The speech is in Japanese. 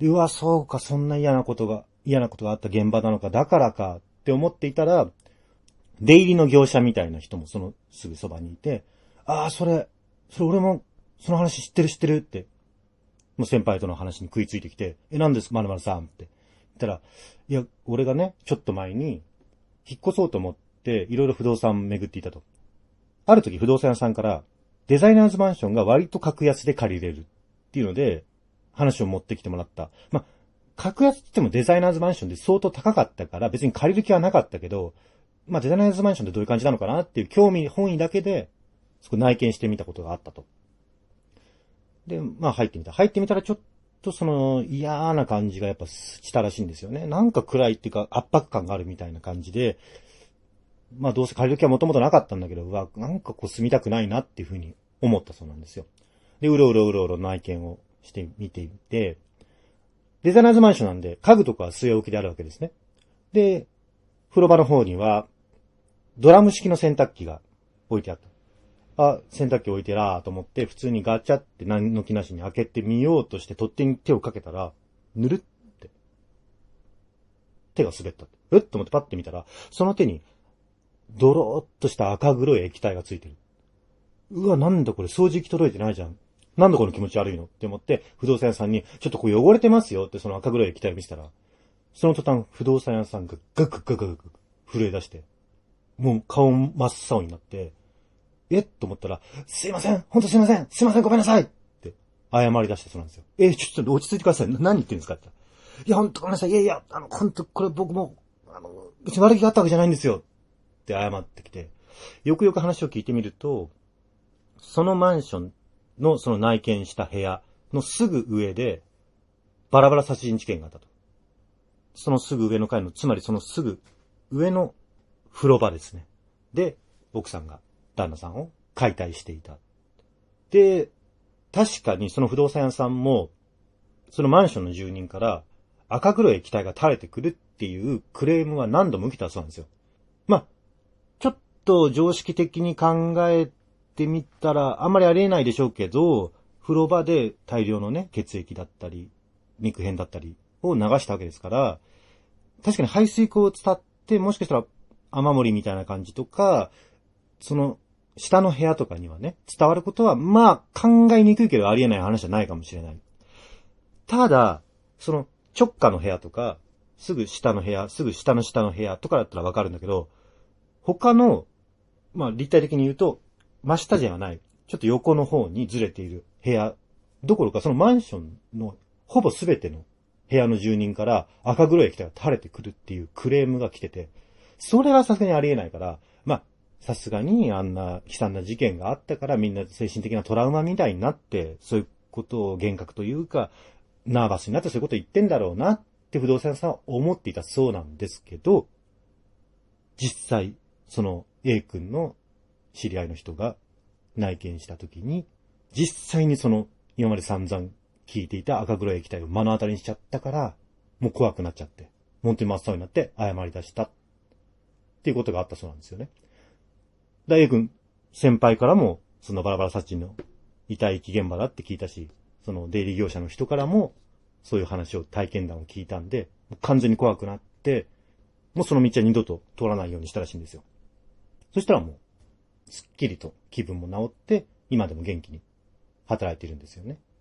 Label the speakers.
Speaker 1: で、うわ、そうか、そんな嫌なことがあった現場なのか、だからかって思っていたら、出入りの業者みたいな人もそのすぐそばにいて、ああ、それ俺もその話知ってるって、もう先輩との話に食いついてきて、何ですか、まるまるさんって。言ったら、いや、俺がね、ちょっと前に、引っ越そうと思って、いろいろ不動産巡っていたと。ある時不動産屋さんから、デザイナーズマンションが割と格安で借りれるっていうので、話を持ってきてもらった。まあ、格安って言ってもデザイナーズマンションで相当高かったから別に借りる気はなかったけど、まあデザイナーズマンションってどういう感じなのかなっていう興味本位だけで、そこ内見してみたことがあったと。で、まあ入ってみた。入ってみたらちょっとその嫌な感じがやっぱしたらしいんですよね。なんか暗いっていうか圧迫感があるみたいな感じで、まあどうせ借りる気はもともとなかったんだけど、うわ、なんかこう住みたくないなっていうふうに思ったそうなんですよ。で、うろうろ内見をしてみていて、デザイナーズマンションなんで家具とかは据え置きであるわけですね。で、風呂場の方にはドラム式の洗濯機が置いてあった。あ、洗濯機置いてらーと思って普通にガチャって何の気なしに開けてみようとして取っ手に手をかけたら、ぬるって手が滑ったって。えっと思ってパッて見たら、その手にドローっとした赤黒い液体がついてる。うわ、なんだこれ掃除機届いてないじゃん。なんだこの気持ち悪いのって思って、不動産屋さんに、ちょっとこれ汚れてますよってその赤黒い液体を見せたら、その途端不動産屋さんがガクガクガク震え出して、もう顔真っ青になって、と思ったら、すいません、ほんとすいません、すいません、ごめんなさいって謝り出してそうなんですよ。ちょっと落ち着いてください。何言ってるんですかって。いや、ほんとごめんなさい。いや、ほんとこれ僕も、別に悪気があったわけじゃないんですよ。って謝ってきて、よくよく話を聞いてみると、そのマンションのその内見した部屋のすぐ上で、バラバラ殺人事件があったと。そのすぐ上の階の、つまりそのすぐ上の風呂場ですね。で、奥さんが旦那さんを解体していた。で、確かにその不動産屋さんも、そのマンションの住人から赤黒い液体が垂れてくるっていうクレームは何度も受けたそうなんですよ。まあ、ちょっと常識的に考えてみたら、あんまりありえないでしょうけど、風呂場で大量のね、血液だったり、肉片だったりを流したわけですから、確かに排水口を伝って、もしかしたら雨漏りみたいな感じとか、その下の部屋とかにはね、伝わることは、まあ考えにくいけどありえない話じゃないかもしれない。ただ、その直下の部屋とか、すぐ下の部屋、すぐ下の下の部屋とかだったらわかるんだけど、他の、まあ立体的に言うと、真下じゃない、ちょっと横の方にずれている部屋、どころかそのマンションのほぼ全ての部屋の住人から赤黒い液体が垂れてくるっていうクレームが来てて、それはさすがにありえないから、まあ、さすがにあんな悲惨な事件があったからみんな精神的なトラウマみたいになって、そういうことを幻覚というか、ナーバスになってそういうことを言ってんだろうなって不動産屋さんは思っていたそうなんですけど、実際、その A 君の知り合いの人が内見したときに、実際にその今まで散々聞いていた赤黒い液体を目の当たりにしちゃったから、もう怖くなっちゃって、本当に真っ青になって謝り出したっていうことがあったそうなんですよね。A 君、先輩からも、そのバラバラ殺人の遺体遺棄現場だって聞いたし、その出入り業者の人からも、そういう話を、体験談を聞いたんで、完全に怖くなって、もうその道は二度と通らないようにしたらしいんですよ。そしたらもう、すっきりと気分も治って、今でも元気に働いているんですよね。